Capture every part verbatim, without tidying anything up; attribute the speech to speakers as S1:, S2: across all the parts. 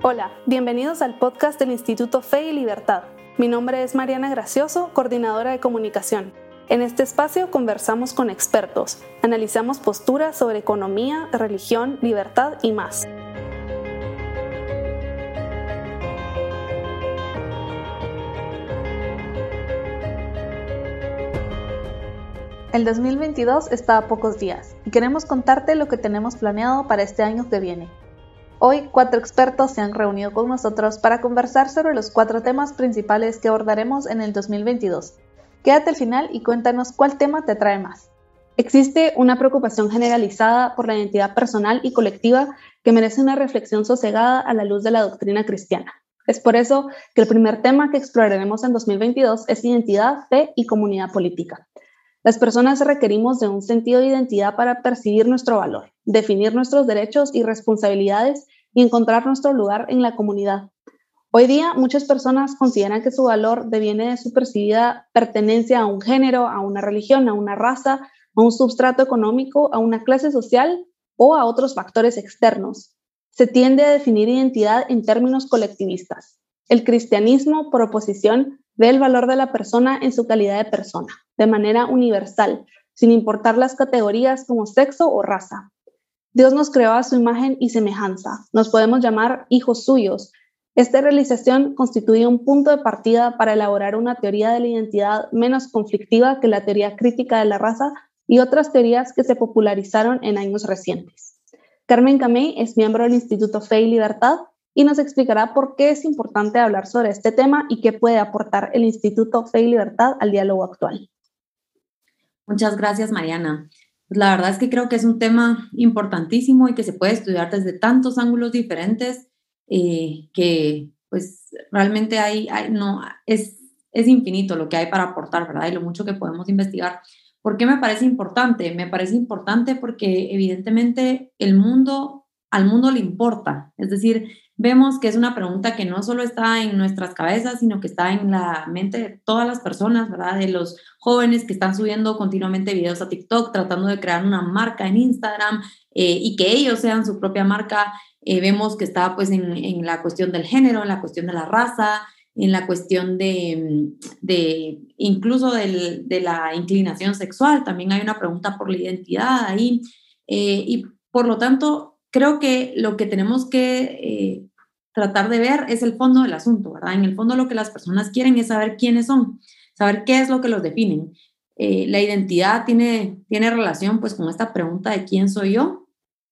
S1: Hola, bienvenidos al podcast del Instituto Fe y Libertad. Mi nombre es Mariana Gracioso, coordinadora de comunicación. En este espacio conversamos con expertos, analizamos posturas sobre economía, religión, libertad y más. El dos mil veintidós está a pocos días y queremos contarte lo que tenemos planeado para este año que viene. Hoy, cuatro expertos se han reunido con nosotros para conversar sobre los cuatro temas principales que abordaremos en el dos mil veintidós. Quédate al final y cuéntanos cuál tema te atrae más. Existe una preocupación generalizada por la identidad personal y colectiva que merece una reflexión sosegada a la luz de la doctrina cristiana. Es por eso que el primer tema que exploraremos en dos mil veintidós es identidad, fe y comunidad política. Las personas requerimos de un sentido de identidad para percibir nuestro valor, definir nuestros derechos y responsabilidades y encontrar nuestro lugar en la comunidad. Hoy día, muchas personas consideran que su valor deviene de su percibida pertenencia a un género, a una religión, a una raza, a un substrato económico, a una clase social o a otros factores externos. Se tiende a definir identidad en términos colectivistas. El cristianismo, por oposición, ve el valor de la persona en su calidad de persona, de manera universal, sin importar las categorías como sexo o raza. Dios nos creó a su imagen y semejanza. Nos podemos llamar hijos suyos. Esta realización constituye un punto de partida para elaborar una teoría de la identidad menos conflictiva que la teoría crítica de la raza y otras teorías que se popularizaron en años recientes. Carmen Camey es miembro del Instituto Fe y Libertad y nos explicará por qué es importante hablar sobre este tema y qué puede aportar el Instituto Fe y Libertad al diálogo actual.
S2: Muchas gracias, Mariana. Pues la verdad es que creo que es un tema importantísimo y que se puede estudiar desde tantos ángulos diferentes eh, que pues realmente hay, hay, no, es, es infinito lo que hay para aportar, ¿verdad? Y lo mucho que podemos investigar. ¿Por qué me parece importante? Me parece importante porque evidentemente el mundo, al mundo le importa. Es decir, vemos que es una pregunta que no solo está en nuestras cabezas, sino que está en la mente de todas las personas, ¿verdad? De los jóvenes que están subiendo continuamente videos a TikTok, tratando de crear una marca en Instagram eh, y que ellos sean su propia marca. Eh, vemos que está pues en, en la cuestión del género, en la cuestión de la raza, en la cuestión de, de incluso del, de la inclinación sexual. También hay una pregunta por la identidad ahí. Eh, y por lo tanto, creo que lo que tenemos que eh, tratar de ver es el fondo del asunto, ¿verdad? En el fondo lo que las personas quieren es saber quiénes son, saber qué es lo que los definen. Eh, la identidad tiene, tiene relación pues con esta pregunta de quién soy yo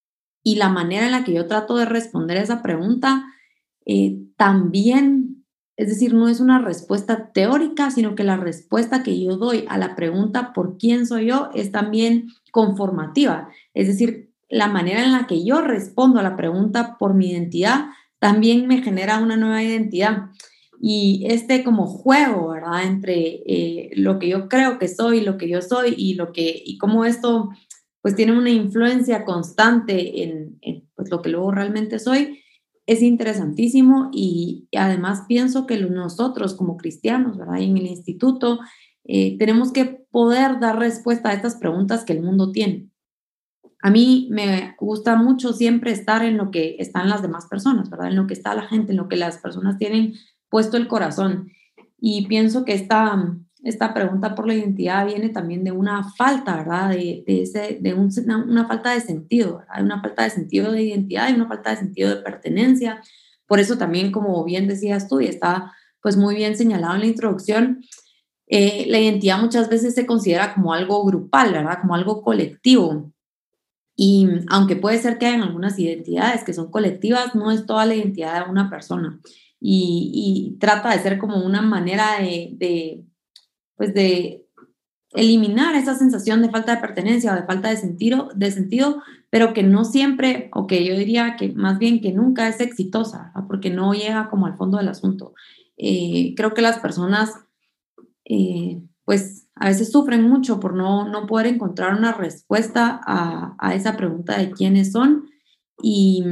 S2: y la manera en la que yo trato de responder esa pregunta eh, también, es decir, no es una respuesta teórica, sino que la respuesta que yo doy a la pregunta por quién soy yo es también conformativa, es decir, la manera en la que yo respondo a la pregunta por mi identidad también me genera una nueva identidad. Y este como juego, ¿verdad? Entre eh, lo que yo creo que soy, lo que yo soy y, lo que, y cómo esto pues tiene una influencia constante en, en pues, lo que luego realmente soy, es interesantísimo y además pienso que nosotros como cristianos, ¿verdad? Y en el instituto eh, tenemos que poder dar respuesta a estas preguntas que el mundo tiene. A mí me gusta mucho siempre estar en lo que están las demás personas, ¿verdad? En lo que está la gente, en lo que las personas tienen puesto el corazón. Y pienso que esta, esta pregunta por la identidad viene también de una falta, ¿verdad? De, de, ese, de un, una, una falta de sentido, ¿verdad? Una falta de sentido de identidad y una falta de sentido de pertenencia. Por eso también, como bien decías tú, y está pues muy bien señalado en la introducción, eh, la identidad muchas veces se considera como algo grupal, ¿verdad? Como algo colectivo. Y aunque puede ser que hayan algunas identidades que son colectivas, no es toda la identidad de una persona. Y, y trata de ser como una manera de, de, pues de eliminar esa sensación de falta de pertenencia o de falta de sentido, de sentido, pero que no siempre, o que yo diría que más bien que nunca es exitosa, ¿verdad? Porque no llega como al fondo del asunto. Eh, creo que las personas, eh, pues, a veces sufren mucho por no, no poder encontrar una respuesta a, a esa pregunta de quiénes son y,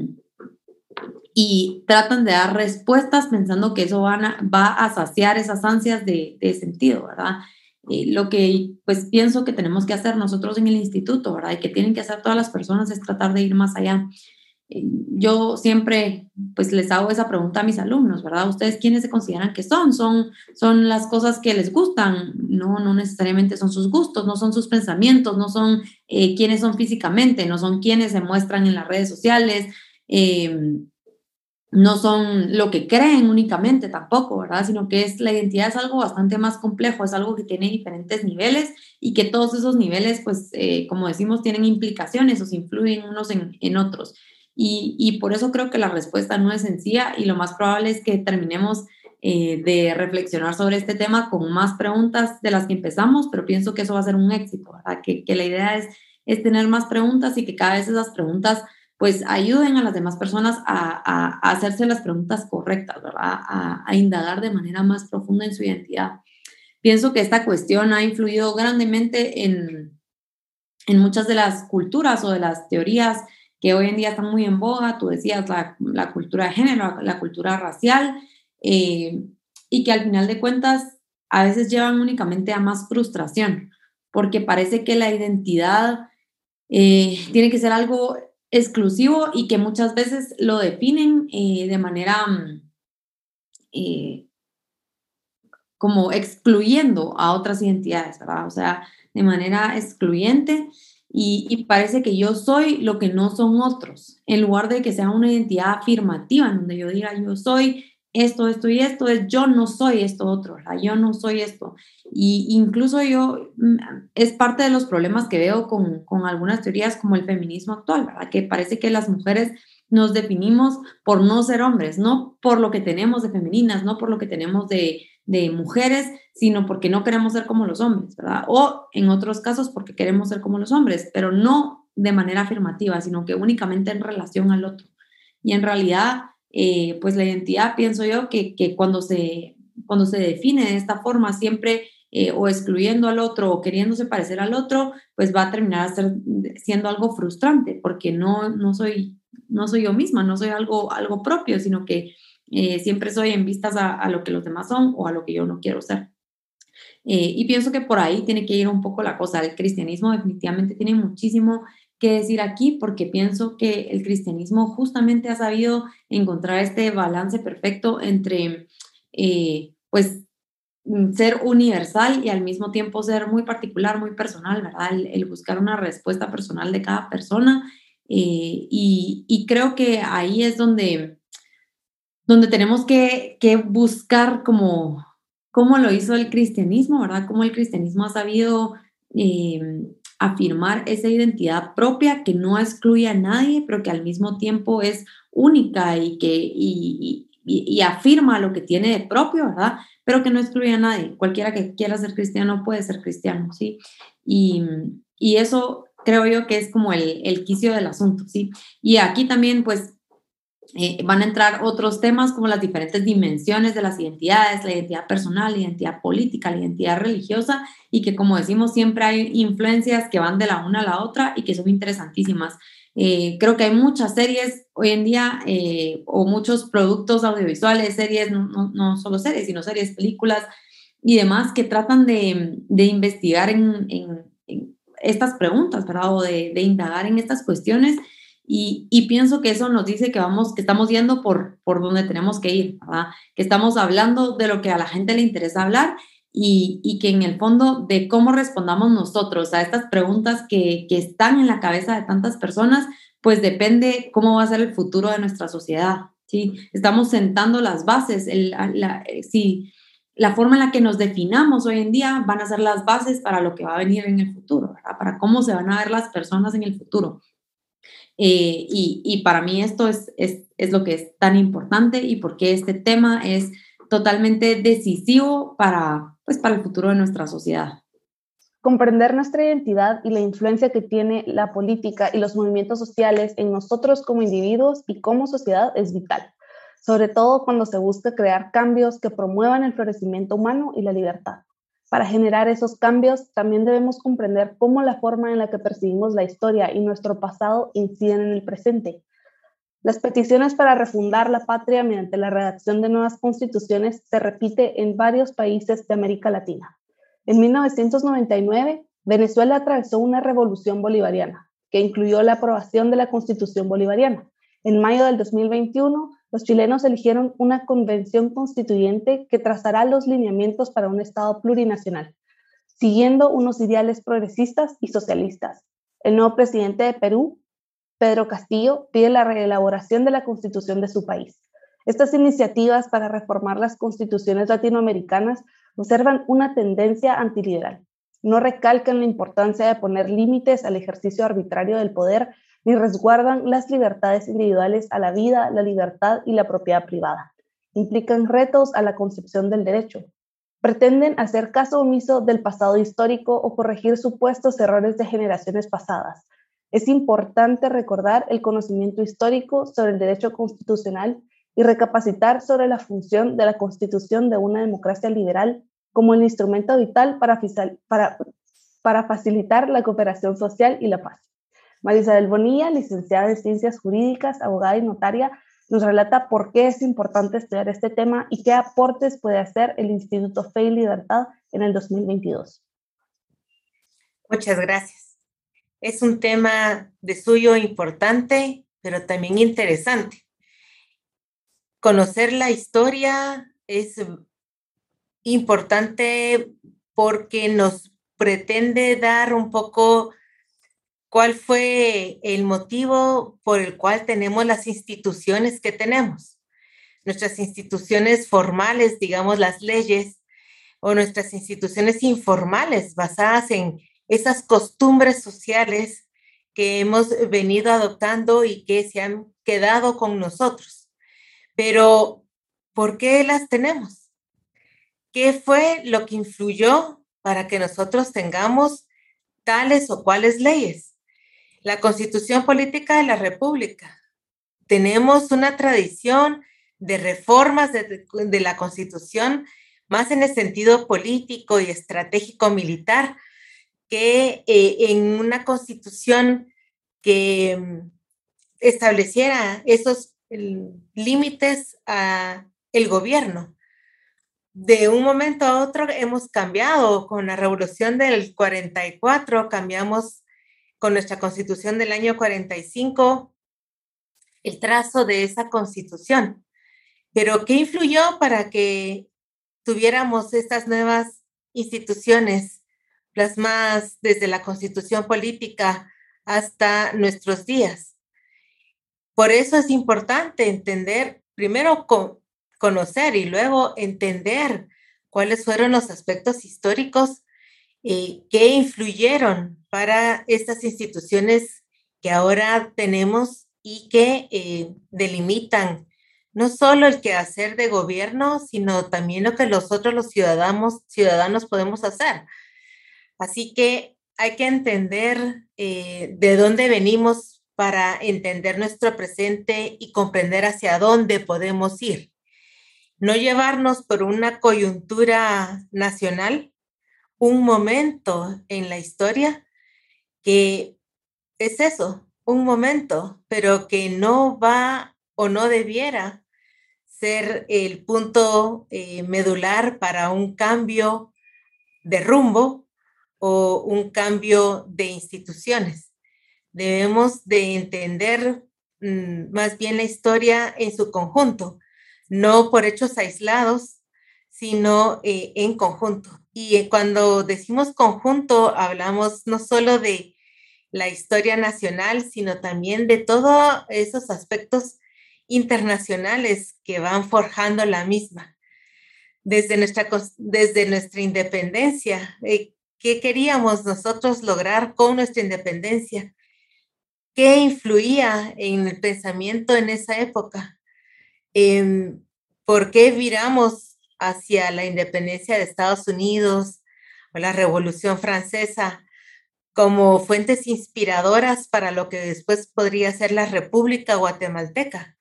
S2: y tratan de dar respuestas pensando que eso van a, va a saciar esas ansias de, de sentido, ¿verdad? Eh, lo que pues pienso que tenemos que hacer nosotros en el instituto, ¿verdad? Y que tienen que hacer todas las personas es tratar de ir más allá eh, yo siempre pues les hago esa pregunta a mis alumnos, ¿verdad? ¿Ustedes quiénes se consideran que son? ¿Son, son las cosas que les gustan? No, no necesariamente son sus gustos, no son sus pensamientos, no son eh, quiénes son físicamente, no son quienes se muestran en las redes sociales, eh, no son lo que creen únicamente tampoco, ¿verdad? Sino que es, la identidad es algo bastante más complejo, es algo que tiene diferentes niveles y que todos esos niveles, pues, eh, como decimos, tienen implicaciones o se influyen unos en, en otros. Y, y por eso creo que la respuesta no es sencilla y lo más probable es que terminemos eh, de reflexionar sobre este tema con más preguntas de las que empezamos, pero pienso que eso va a ser un éxito, ¿verdad? Que, que la idea es, es tener más preguntas y que cada vez esas preguntas pues ayuden a las demás personas a, a, a hacerse las preguntas correctas, ¿verdad? A, a indagar de manera más profunda en su identidad. Pienso que esta cuestión ha influido grandemente en, en muchas de las culturas o de las teorías que hoy en día están muy en boga. Tú decías la, la cultura de género, la cultura racial, eh, y que al final de cuentas a veces llevan únicamente a más frustración, porque parece que la identidad eh, tiene que ser algo exclusivo y que muchas veces lo definen eh, de manera mm, eh, como excluyendo a otras identidades, ¿verdad? O sea, de manera excluyente y, y parece que yo soy lo que no son otros, en lugar de que sea una identidad afirmativa, en donde yo diga yo soy esto, esto y esto, es yo no soy esto otro, ¿verdad? Yo no soy esto. Y incluso yo, mm, es parte de los problemas que veo con, con algunas teorías como el feminismo actual, ¿verdad? Que parece que las mujeres nos definimos por no ser hombres, no por lo que tenemos de femeninas, no por lo que tenemos de de mujeres, sino porque no queremos ser como los hombres, ¿verdad? O en otros casos porque queremos ser como los hombres, pero no de manera afirmativa, sino que únicamente en relación al otro. Y en realidad, eh, pues la identidad, pienso yo, que, que cuando, se, cuando se define de esta forma, siempre eh, o excluyendo al otro o queriéndose parecer al otro, pues va a terminar ser, siendo algo frustrante, porque no, no, soy, no soy yo misma, no soy algo, algo propio, sino que eh, siempre soy en vistas a, a lo que los demás son o a lo que yo no quiero ser. Eh, y pienso que por ahí tiene que ir un poco la cosa. El cristianismo definitivamente tiene muchísimo que decir aquí porque pienso que el cristianismo justamente ha sabido encontrar este balance perfecto entre, eh, pues, ser universal y al mismo tiempo ser muy particular, muy personal, ¿verdad? El, el buscar una respuesta personal de cada persona. Eh, y, y creo que ahí es donde donde tenemos que, que buscar como, cómo lo hizo el cristianismo, ¿verdad? Cómo el cristianismo ha sabido eh, afirmar esa identidad propia que no excluye a nadie, pero que al mismo tiempo es única y que y, y, y afirma lo que tiene de propio, ¿verdad? Pero que no excluye a nadie. Cualquiera que quiera ser cristiano puede ser cristiano, ¿sí? Y, y eso creo yo que es como el, el quicio del asunto, ¿sí? Y aquí también, pues, eh, van a entrar otros temas como las diferentes dimensiones de las identidades, la identidad personal, la identidad política, la identidad religiosa, y que como decimos siempre hay influencias que van de la una a la otra y que son interesantísimas. Eh, creo que hay muchas series hoy en día eh, o muchos productos audiovisuales, series, no, no, no solo series, sino series, películas y demás que tratan de, de investigar en, en, en estas preguntas, ¿verdad? O de, de indagar en estas cuestiones. Y, y, pienso que eso nos dice que vamos, que estamos yendo por, por donde tenemos que ir, ¿verdad? Que estamos hablando de lo que a la gente le interesa hablar y, y que en el fondo de cómo respondamos nosotros a estas preguntas que, que están en la cabeza de tantas personas, pues depende cómo va a ser el futuro de nuestra sociedad, ¿sí? Estamos sentando las bases, el, la, sí, la forma en la que nos definamos hoy en día van a ser las bases para lo que va a venir en el futuro, ¿verdad? Para cómo se van a ver las personas en el futuro. Eh, y, y para mí esto es, es, es lo que es tan importante y porque este tema es totalmente decisivo para, pues, para el futuro de nuestra sociedad.
S1: Comprender nuestra identidad y la influencia que tiene la política y los movimientos sociales en nosotros como individuos y como sociedad es vital, sobre todo cuando se busca crear cambios que promuevan el florecimiento humano y la libertad. Para generar esos cambios, también debemos comprender cómo la forma en la que percibimos la historia y nuestro pasado inciden en el presente. Las peticiones para refundar la patria mediante la redacción de nuevas constituciones se repite en varios países de América Latina. En mil novecientos noventa y nueve, Venezuela atravesó una revolución bolivariana, que incluyó la aprobación de la Constitución Bolivariana. En mayo del dos mil veintiuno, los chilenos eligieron una convención constituyente que trazará los lineamientos para un Estado plurinacional, siguiendo unos ideales progresistas y socialistas. El nuevo presidente de Perú, Pedro Castillo, pide la reelaboración de la constitución de su país. Estas iniciativas para reformar las constituciones latinoamericanas observan una tendencia antiliberal. No recalcan la importancia de poner límites al ejercicio arbitrario del poder ni resguardan las libertades individuales a la vida, la libertad y la propiedad privada. Implican retos a la concepción del derecho. Pretenden hacer caso omiso del pasado histórico o corregir supuestos errores de generaciones pasadas. Es importante recordar el conocimiento histórico sobre el derecho constitucional y recapacitar sobre la función de la Constitución de una democracia liberal como el instrumento vital para, para, para facilitar la cooperación social y la paz. María Isabel Bonilla, licenciada en Ciencias Jurídicas, abogada y notaria, nos relata por qué es importante estudiar este tema y qué aportes puede hacer el Instituto Fe y Libertad en el dos mil veintidós.
S3: Muchas gracias. Es un tema de suyo importante, pero también interesante. Conocer la historia es importante porque nos pretende dar un poco cuál fue el motivo por el cual tenemos las instituciones que tenemos. Nuestras instituciones formales, digamos las leyes, o nuestras instituciones informales basadas en esas costumbres sociales que hemos venido adoptando y que se han quedado con nosotros. Pero, ¿por qué las tenemos? ¿Qué fue lo que influyó para que nosotros tengamos tales o cuales leyes? La Constitución Política de la República. Tenemos una tradición de reformas de, de la Constitución, más en el sentido político y estratégico militar, que eh, en una Constitución que um, estableciera esos límites a el gobierno. De un momento a otro hemos cambiado. Con la revolución del cuarenta y cuatro, cambiamos con nuestra constitución del año cuarenta y cinco el trazo de esa constitución. Pero ¿qué influyó para que tuviéramos estas nuevas instituciones plasmadas desde la constitución política hasta nuestros días? Por eso es importante entender, primero con, conocer y luego entender cuáles fueron los aspectos históricos eh, que influyeron para estas instituciones que ahora tenemos y que eh, delimitan no solo el quehacer de gobierno, sino también lo que nosotros los ciudadanos, ciudadanos podemos hacer. Así que hay que entender eh, de dónde venimos para entender nuestro presente y comprender hacia dónde podemos ir. No llevarnos por una coyuntura nacional, un momento en la historia que es eso, un momento, pero que no va o no debiera ser el punto eh, medular para un cambio de rumbo o un cambio de instituciones. Debemos de entender mmm, más bien la historia en su conjunto, no por hechos aislados, sino eh, en conjunto. Y eh, cuando decimos conjunto, hablamos no solo de la historia nacional, sino también de todos esos aspectos internacionales que van forjando la misma. Desde nuestra, desde nuestra independencia, eh, ¿qué queríamos nosotros lograr con nuestra independencia? ¿Qué influía en el pensamiento en esa época? Eh, ¿Por qué viramos hacia la independencia de Estados Unidos o la Revolución Francesa como fuentes inspiradoras para lo que después podría ser la República Guatemalteca?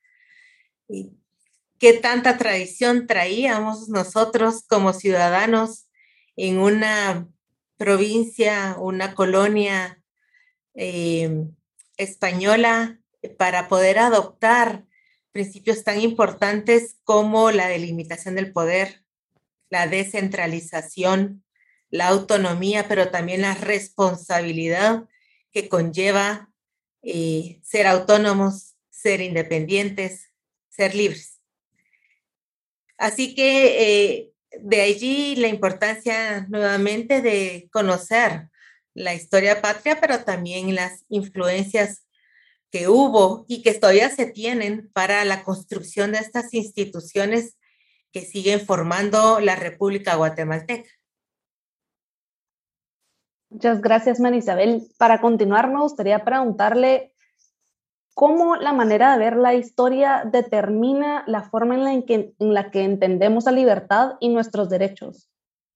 S3: ¿Qué tanta tradición traíamos nosotros como ciudadanos en una provincia, una colonia eh, española para poder adoptar principios tan importantes como la delimitación del poder, la descentralización, la autonomía, pero también la responsabilidad que conlleva eh, ser autónomos, ser independientes, ser libres. Así que eh, de allí la importancia nuevamente de conocer la historia patria, pero también las influencias que hubo y que todavía se tienen para la construcción de estas instituciones que siguen formando la República Guatemalteca.
S1: Muchas gracias, María Isabel. Para continuar, me gustaría preguntarle cómo la manera de ver la historia determina la forma en la que, en la que entendemos la libertad y nuestros derechos.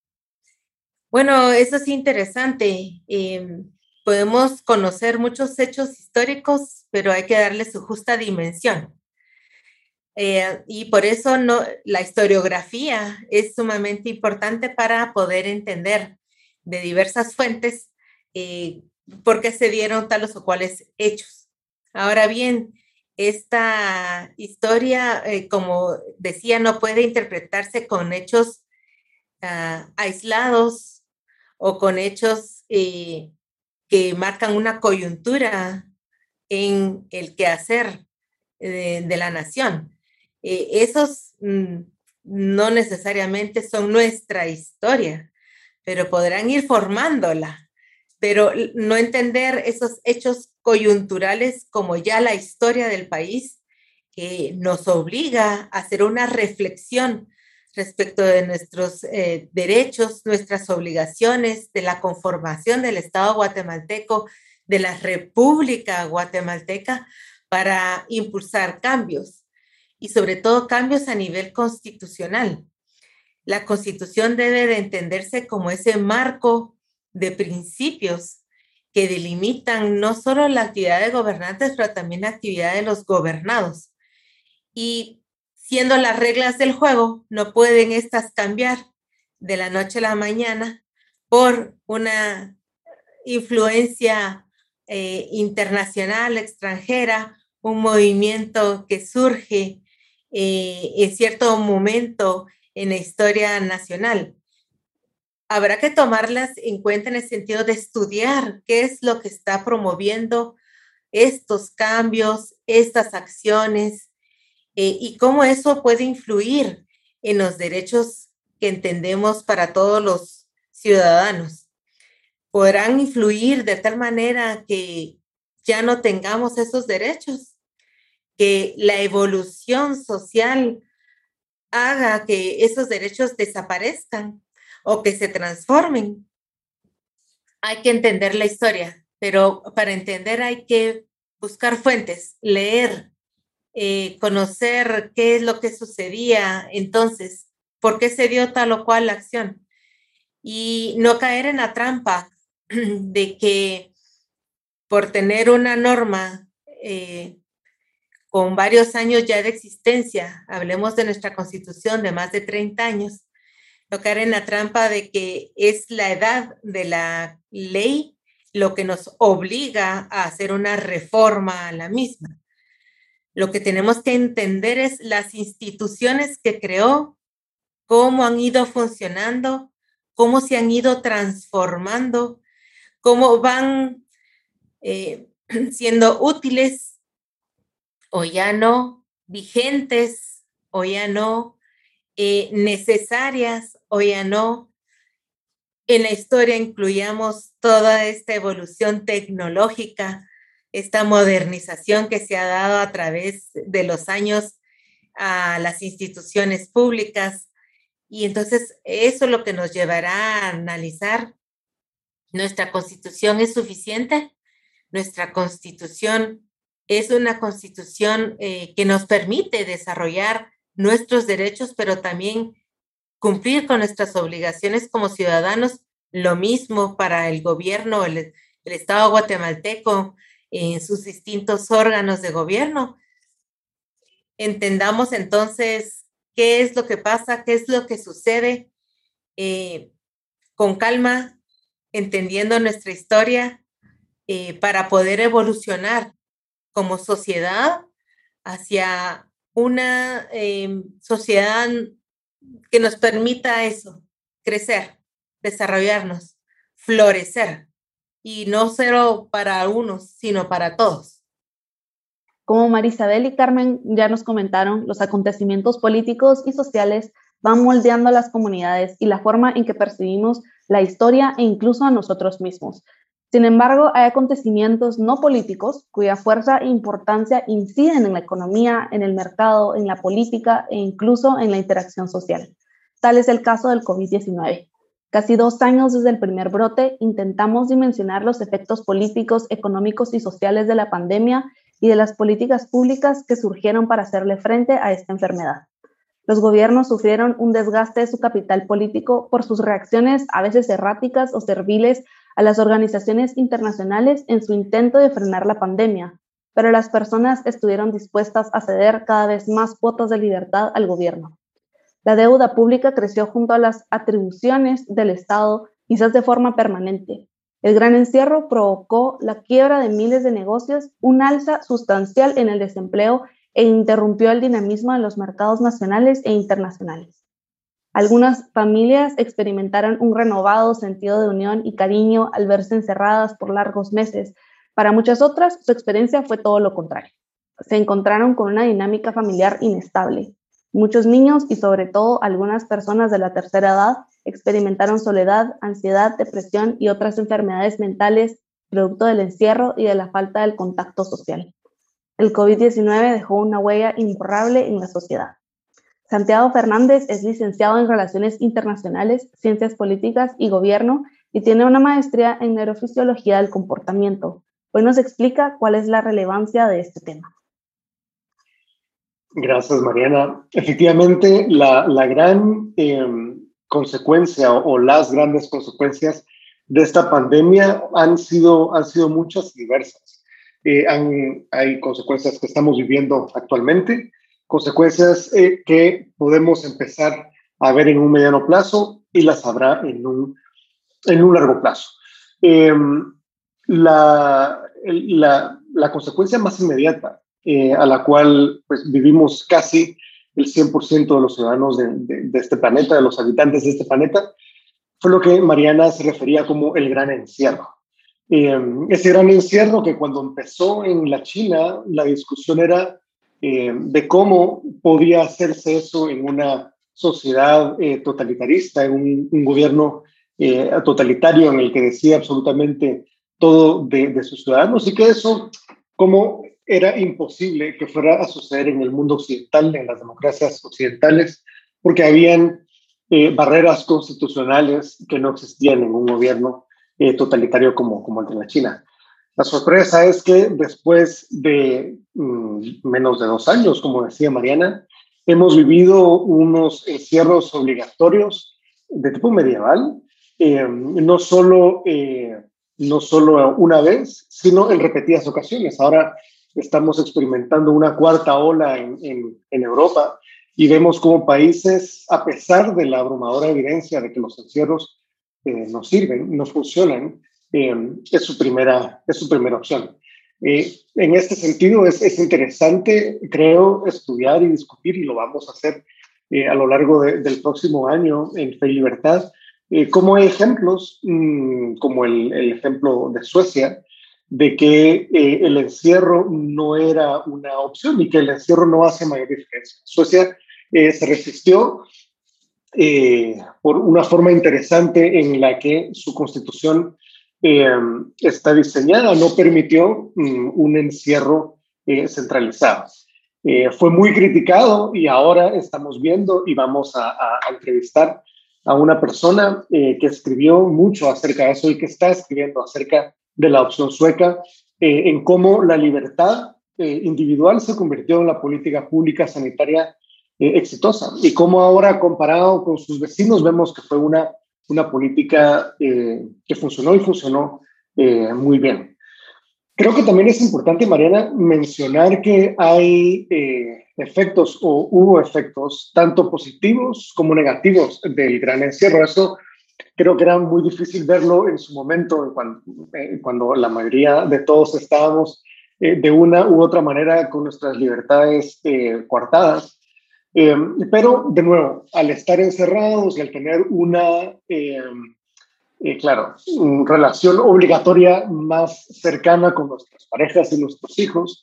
S3: Bueno, eso es interesante. Eh, podemos conocer muchos hechos históricos, pero hay que darle su justa dimensión. Eh, y por eso no, la historiografía es sumamente importante para poder entender de diversas fuentes eh, por qué se dieron tales o cuales hechos. Ahora bien, esta historia, eh, como decía, no puede interpretarse con hechos uh, aislados o con hechos eh, que marcan una coyuntura en el quehacer de, de la nación. Eh, esos mm, no necesariamente son nuestra historia, pero podrán ir formándola, pero no entender esos hechos coyunturales como ya la historia del país, que nos obliga a hacer una reflexión respecto de nuestros eh, derechos, nuestras obligaciones, de la conformación del Estado guatemalteco, de la República Guatemalteca, para impulsar cambios y sobre todo cambios a nivel constitucional. La Constitución debe de entenderse como ese marco de principios que delimitan no solo la actividad de gobernantes, pero también la actividad de los gobernados. Y siendo las reglas del juego, no pueden estas cambiar de la noche a la mañana por una influencia eh, internacional, extranjera, un movimiento que surge eh, en cierto momento en la historia nacional. Habrá que tomarlas en cuenta en el sentido de estudiar qué es lo que está promoviendo estos cambios, estas acciones, eh, y cómo eso puede influir en los derechos que entendemos para todos los ciudadanos. Podrán influir de tal manera que ya no tengamos esos derechos, que la evolución social haga que esos derechos desaparezcan o que se transformen. Hay que entender la historia, pero para entender hay que buscar fuentes, leer, eh, conocer qué es lo que sucedía entonces, por qué se dio tal o cual acción y no caer en la trampa de que por tener una norma eh, con varios años ya de existencia, hablemos de nuestra Constitución de más de treinta años, no caer en la trampa de que es la edad de la ley lo que nos obliga a hacer una reforma a la misma. Lo que tenemos que entender es las instituciones que creó, cómo han ido funcionando, cómo se han ido transformando, cómo van eh, siendo útiles o ya no, vigentes o ya no, eh, necesarias o ya no. En la historia incluyamos toda esta evolución tecnológica, esta modernización que se ha dado a través de los años a las instituciones públicas. Y entonces eso es lo que nos llevará a analizar, ¿nuestra Constitución es suficiente? Nuestra Constitución es una Constitución eh, que nos permite desarrollar nuestros derechos, pero también cumplir con nuestras obligaciones como ciudadanos. Lo mismo para el gobierno, el, el Estado guatemalteco en sus distintos órganos de gobierno. Entendamos entonces qué es lo que pasa, qué es lo que sucede, eh, con calma, entendiendo nuestra historia, eh, para poder evolucionar como sociedad hacia una eh, sociedad que nos permita eso, crecer, desarrollarnos, florecer, y no solo para unos, sino para todos.
S1: Como Marisabel y Carmen ya nos comentaron, los acontecimientos políticos y sociales van moldeando a las comunidades y la forma en que percibimos la historia e incluso a nosotros mismos. Sin embargo, hay acontecimientos no políticos cuya fuerza e importancia inciden en la economía, en el mercado, en la política e incluso en la interacción social. Tal es el caso del COVID diecinueve. Casi dos años desde el primer brote, intentamos dimensionar los efectos políticos, económicos y sociales de la pandemia y de las políticas públicas que surgieron para hacerle frente a esta enfermedad. Los gobiernos sufrieron un desgaste de su capital político por sus reacciones a veces erráticas o serviles a las organizaciones internacionales en su intento de frenar la pandemia, pero las personas estuvieron dispuestas a ceder cada vez más cuotas de libertad al gobierno. La deuda pública creció junto a las atribuciones del Estado, quizás de forma permanente. El gran encierro provocó la quiebra de miles de negocios, un alza sustancial en el desempleo e interrumpió el dinamismo de los mercados nacionales e internacionales. Algunas familias experimentaron un renovado sentido de unión y cariño al verse encerradas por largos meses. Para muchas otras, su experiencia fue todo lo contrario. Se encontraron con una dinámica familiar inestable. Muchos niños y sobre todo algunas personas de la tercera edad experimentaron soledad, ansiedad, depresión y otras enfermedades mentales producto del encierro y de la falta del contacto social. El COVID diecinueve dejó una huella imborrable en la sociedad. Santiago Fernández es licenciado en Relaciones Internacionales, Ciencias Políticas y Gobierno y tiene una maestría en Neurofisiología del Comportamiento. Hoy nos explica cuál es la relevancia de este tema.
S4: Gracias, Mariana. Efectivamente, la, la gran eh, consecuencia o, o las grandes consecuencias de esta pandemia han sido, han sido muchas y diversas. Eh, han, hay consecuencias que estamos viviendo actualmente, consecuencias eh, que podemos empezar a ver en un mediano plazo y las habrá en un, en un largo plazo. Eh, la, la, la consecuencia más inmediata Eh, a la cual pues, vivimos casi el cien por ciento de los ciudadanos de, de, de este planeta, de los habitantes de este planeta, fue lo que Mariana se refería como el gran encierro. Eh, ese gran encierro que cuando empezó en la China, la discusión era eh, de cómo podía hacerse eso en una sociedad eh, totalitarista, en un, un gobierno eh, totalitario en el que decía absolutamente todo de, de sus ciudadanos y que eso, como era imposible que fuera a suceder en el mundo occidental, en las democracias occidentales, porque habían eh, barreras constitucionales que no existían en un gobierno eh, totalitario como, como el de la China. La sorpresa es que después de mm, menos de dos años, como decía Mariana, hemos vivido unos encierros obligatorios de tipo medieval, eh, no solo, eh, no solo una vez, sino en repetidas ocasiones. Ahora estamos experimentando una cuarta ola en, en, en Europa y vemos cómo países, a pesar de la abrumadora evidencia de que los encierros eh, no sirven, no funcionan, eh, es, su primera, es su primera opción. Eh, en este sentido, es, es interesante, creo, estudiar y discutir, y lo vamos a hacer eh, a lo largo de, del próximo año en Fe y Libertad, eh, como hay ejemplos, mmm, como el, el ejemplo de Suecia, de que eh, el encierro no era una opción y que el encierro no hace mayor diferencia. Suecia eh, se resistió eh, por una forma interesante en la que su constitución eh, está diseñada, no permitió um, un encierro eh, centralizado. Eh, fue muy criticado y ahora estamos viendo y vamos a, a, a entrevistar a una persona eh, que escribió mucho acerca de eso y que está escribiendo acerca de la opción sueca, eh, en cómo la libertad eh, individual se convirtió en la política pública sanitaria eh, exitosa y cómo ahora, comparado con sus vecinos, vemos que fue una, una política eh, que funcionó y funcionó eh, muy bien. Creo que también es importante, Mariana, mencionar que hay eh, efectos o hubo efectos tanto positivos como negativos del gran encierro. Eso creo que era muy difícil verlo en su momento, cuando, eh, cuando la mayoría de todos estábamos eh, de una u otra manera con nuestras libertades eh, coartadas. Eh, pero, de nuevo, al estar encerrados y al tener una, eh, eh, claro, una relación obligatoria más cercana con nuestras parejas y nuestros hijos,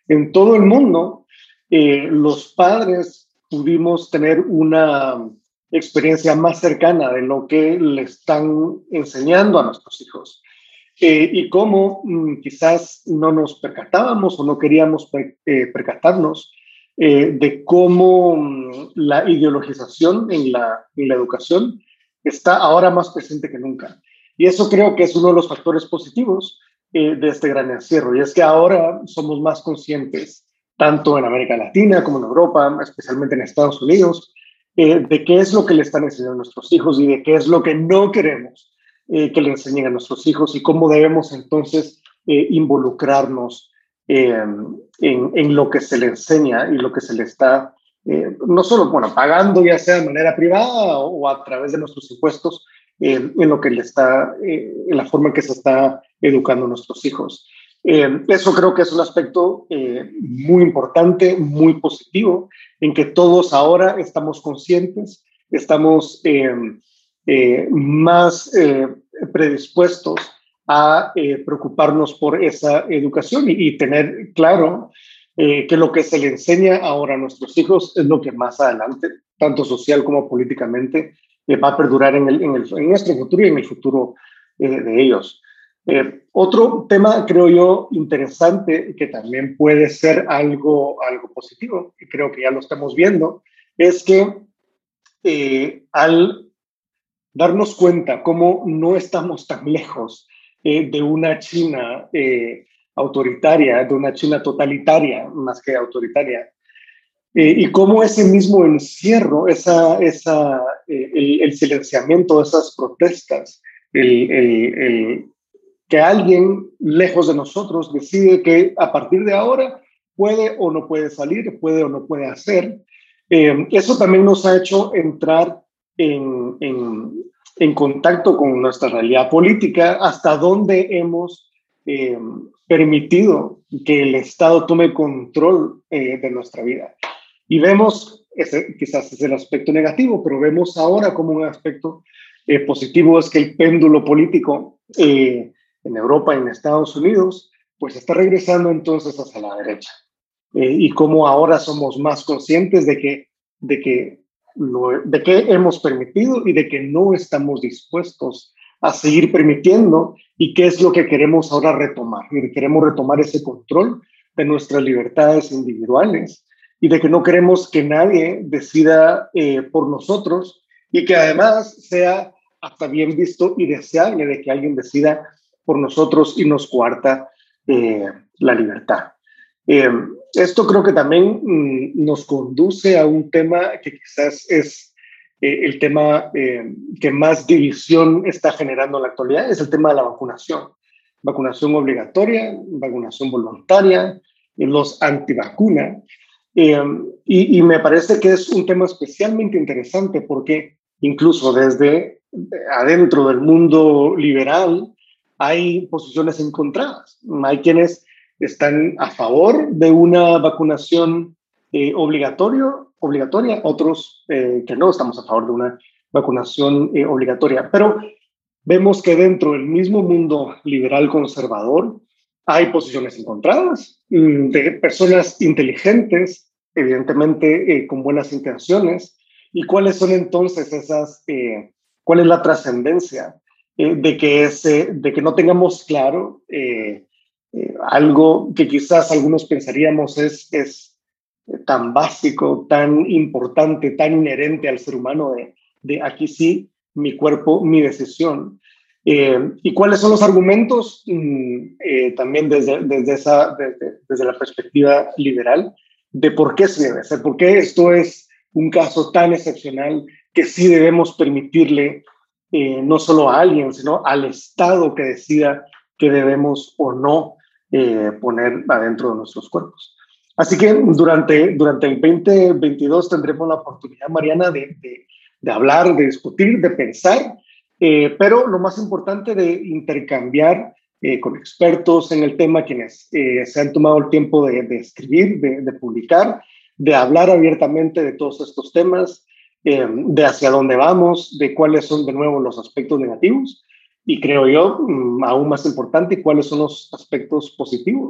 S4: en todo el mundo, eh, los padres pudimos tener una experiencia más cercana de lo que le están enseñando a nuestros hijos. Eh, y cómo mm, quizás no nos percatábamos o no queríamos per, eh, percatarnos eh, de cómo mm, la ideologización en la, en la educación está ahora más presente que nunca. Y eso creo que es uno de los factores positivos eh, de este gran encierro. Y es que ahora somos más conscientes, tanto en América Latina como en Europa, especialmente en Estados Unidos, eh, de qué es lo que le están enseñando a nuestros hijos y de qué es lo que no queremos Eh, que le enseñen a nuestros hijos y cómo debemos entonces eh, involucrarnos eh, en, en lo que se le enseña y lo que se le está, eh, no solo bueno, pagando ya sea de manera privada o, o a través de nuestros impuestos, eh, en lo que le está, eh, en la forma en que se está educando a nuestros hijos. Eh, eso creo que es un aspecto eh, muy importante, muy positivo, en que todos ahora estamos conscientes, estamos eh, Eh, más eh, predispuestos a eh, preocuparnos por esa educación y, y tener claro eh, que lo que se le enseña ahora a nuestros hijos es lo que más adelante, tanto social como políticamente, eh, va a perdurar en, el, en, el, en nuestro futuro y en el futuro eh, de ellos. Eh, otro tema, creo yo, interesante, que también puede ser algo, algo positivo, y creo que ya lo estamos viendo, es que eh, al darnos cuenta cómo no estamos tan lejos eh, de una China eh, autoritaria, de una China totalitaria más que autoritaria, eh, y cómo ese mismo encierro, esa, esa, eh, el, el silenciamiento, esas protestas, el, el, el, que alguien lejos de nosotros decide que a partir de ahora puede o no puede salir, puede o no puede hacer, eh, eso también nos ha hecho entrar En, en, en contacto con nuestra realidad política, hasta dónde hemos eh, permitido que el Estado tome control eh, de nuestra vida. Y vemos, ese quizás es el aspecto negativo, pero vemos ahora como un aspecto eh, positivo es que el péndulo político eh, en Europa y en Estados Unidos pues está regresando entonces hacia la derecha. Eh, y cómo ahora somos más conscientes de que, de que Lo, de qué hemos permitido y de que no estamos dispuestos a seguir permitiendo y qué es lo que queremos ahora retomar. Y queremos retomar ese control de nuestras libertades individuales y de que no queremos que nadie decida eh, por nosotros y que además sea hasta bien visto y deseable de que alguien decida por nosotros y nos coarta eh, la libertad. Eh, esto creo que también mm, nos conduce a un tema que quizás es eh, el tema eh, que más división está generando en la actualidad, es el tema de la vacunación. Vacunación obligatoria, vacunación voluntaria, eh, los antivacunas. Eh, y, y me parece que es un tema especialmente interesante porque incluso desde adentro del mundo liberal hay posiciones encontradas. Hay quienes están a favor de una vacunación eh, obligatorio, obligatoria, otros eh, que no estamos a favor de una vacunación eh, obligatoria. Pero vemos que dentro del mismo mundo liberal conservador hay posiciones encontradas de personas inteligentes, evidentemente eh, con buenas intenciones. ¿Y cuáles son entonces esas, eh, cuál es la trascendencia eh, de, que ese, de que no tengamos claro eh, Eh, algo que quizás algunos pensaríamos es, es tan básico, tan importante, tan inherente al ser humano de, de aquí sí, mi cuerpo, mi decisión? Eh, ¿Y cuáles son los argumentos mm, eh, también desde, desde, esa, desde, desde la perspectiva liberal de por qué se debe hacer? ¿Por qué esto es un caso tan excepcional que sí debemos permitirle eh, no solo a alguien, sino al Estado que decida que debemos o no Eh, poner adentro de nuestros cuerpos? Así que durante, durante el veinte veintidós tendremos la oportunidad, Mariana, de, de, de hablar, de discutir, de pensar, eh, pero lo más importante, de intercambiar eh, con expertos en el tema, quienes eh, se han tomado el tiempo de, de escribir, de, de publicar, de hablar abiertamente de todos estos temas, eh, de hacia dónde vamos, de cuáles son de nuevo los aspectos negativos. Y creo yo, aún más importante, cuáles son los aspectos positivos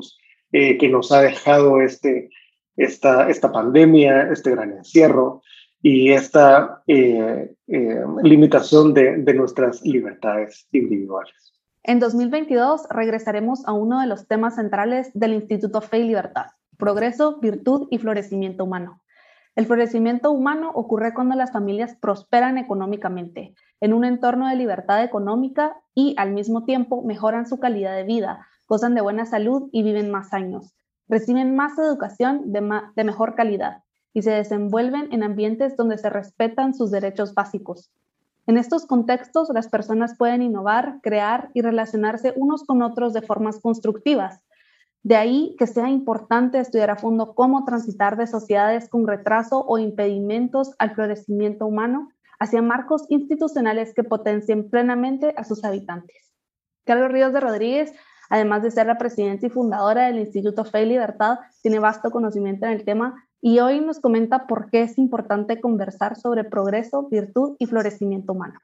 S4: eh, que nos ha dejado este, esta, esta pandemia, este gran encierro y esta eh, eh, limitación de, de nuestras libertades individuales.
S1: En dos mil veintidós regresaremos a uno de los temas centrales del Instituto Fe y Libertad: progreso, virtud y florecimiento humano. El florecimiento humano ocurre cuando las familias prosperan económicamente, en un entorno de libertad económica y, al mismo tiempo, mejoran su calidad de vida, gozan de buena salud y viven más años, reciben más educación de, ma- de mejor calidad y se desenvuelven en ambientes donde se respetan sus derechos básicos. En estos contextos, las personas pueden innovar, crear y relacionarse unos con otros de formas constructivas. De ahí que sea importante estudiar a fondo cómo transitar de sociedades con retraso o impedimentos al florecimiento humano hacia marcos institucionales que potencien plenamente a sus habitantes. Carol Ríos de Rodríguez, además de ser la presidenta y fundadora del Instituto Fe y Libertad, tiene vasto conocimiento en el tema y hoy nos comenta por qué es importante conversar sobre progreso, virtud y florecimiento humano.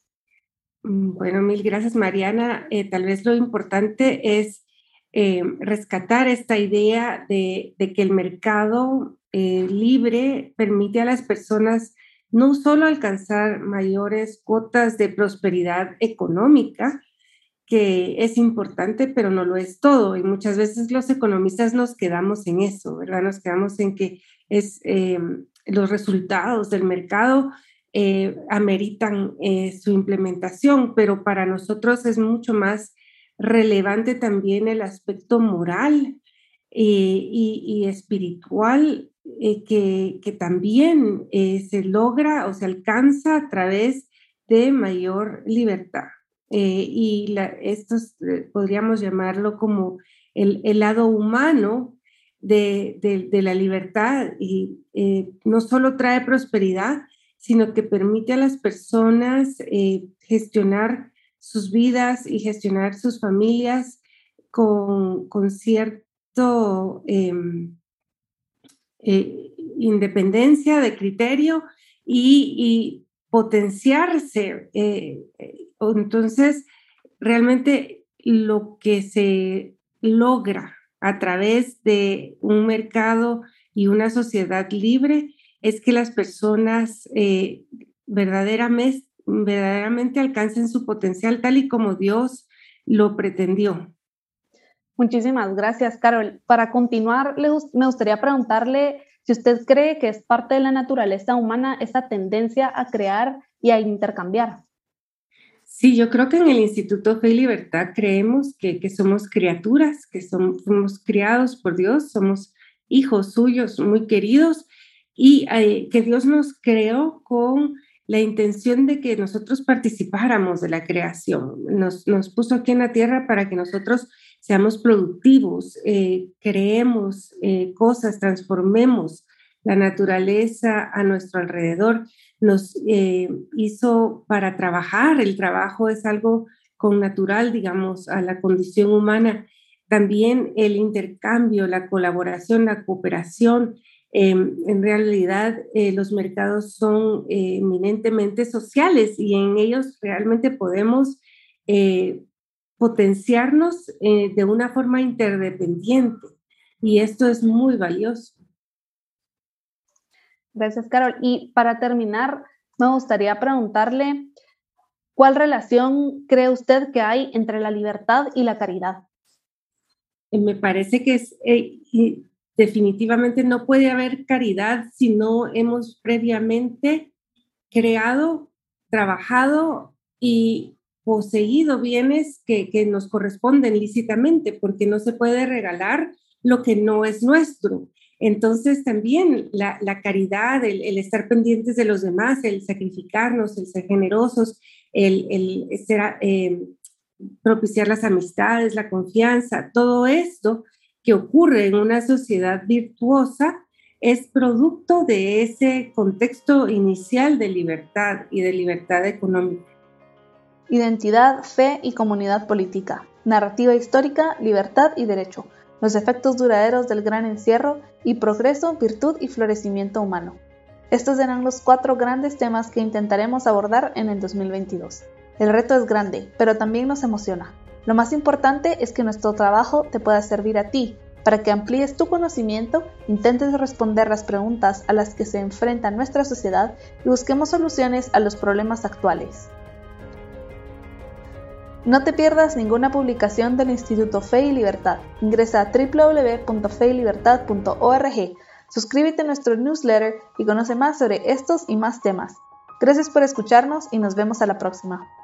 S5: Bueno, mil gracias, Mariana. Eh, tal vez lo importante es Eh, rescatar esta idea de, de que el mercado eh, libre permite a las personas no solo alcanzar mayores cuotas de prosperidad económica, que es importante, pero no lo es todo. Y muchas veces los economistas nos quedamos en eso, ¿verdad? Nos quedamos en que es, eh, los resultados del mercado eh, ameritan eh, su implementación, pero para nosotros es mucho más relevante también el aspecto moral eh, y, y espiritual eh, que, que también eh, se logra o se alcanza a través de mayor libertad. Eh, y la, estos eh, podríamos llamarlo como el, el lado humano de, de, de la libertad y eh, no solo trae prosperidad, sino que permite a las personas eh, gestionar sus vidas y gestionar sus familias con, con cierto eh, eh, independencia de criterio y, y potenciarse. Eh, entonces, realmente lo que se logra a través de un mercado y una sociedad libre es que las personas eh, verdaderamente verdaderamente alcancen su potencial tal y como Dios lo pretendió.
S1: Muchísimas gracias, Carol. Para continuar, me gustaría preguntarle si usted cree que es parte de la naturaleza humana esa tendencia a crear y a intercambiar.
S5: Sí, yo creo que en el Instituto Fe y Libertad creemos que, que somos criaturas, que somos, somos criados por Dios, somos hijos suyos muy queridos y eh, que Dios nos creó con la intención de que nosotros participáramos de la creación. Nos, nos puso aquí en la tierra para que nosotros seamos productivos, eh, creemos eh, cosas, transformemos la naturaleza a nuestro alrededor. Nos eh, hizo para trabajar. El trabajo es algo connatural, digamos, a la condición humana. También el intercambio, la colaboración, la cooperación. Eh, en realidad, eh, los mercados son eh, eminentemente sociales y en ellos realmente podemos eh, potenciarnos eh, de una forma interdependiente. Y esto es muy valioso.
S1: Gracias, Carol. Y para terminar, me gustaría preguntarle, ¿cuál relación cree usted que hay entre la libertad y la caridad?
S5: Me parece que es... Eh, definitivamente no puede haber caridad si no hemos previamente creado, trabajado y poseído bienes que, que nos corresponden lícitamente, porque no se puede regalar lo que no es nuestro. Entonces también la, la caridad, el, el estar pendientes de los demás, el sacrificarnos, el ser generosos, el, el ser, eh, propiciar las amistades, la confianza, todo esto que ocurre en una sociedad virtuosa es producto de ese contexto inicial de libertad y de libertad económica.
S1: Identidad, fe y comunidad política, narrativa histórica, libertad y derecho, los efectos duraderos del gran encierro y progreso, virtud y florecimiento humano. Estos serán los cuatro grandes temas que intentaremos abordar en el dos mil veintidós. El reto es grande, pero también nos emociona. Lo más importante es que nuestro trabajo te pueda servir a ti, para que amplíes tu conocimiento, intentes responder las preguntas a las que se enfrenta nuestra sociedad y busquemos soluciones a los problemas actuales. No te pierdas ninguna publicación del Instituto Fe y Libertad. Ingresa a doble u doble u doble u punto fe y libertad punto org, suscríbete a nuestro newsletter y conoce más sobre estos y más temas. Gracias por escucharnos y nos vemos a la próxima.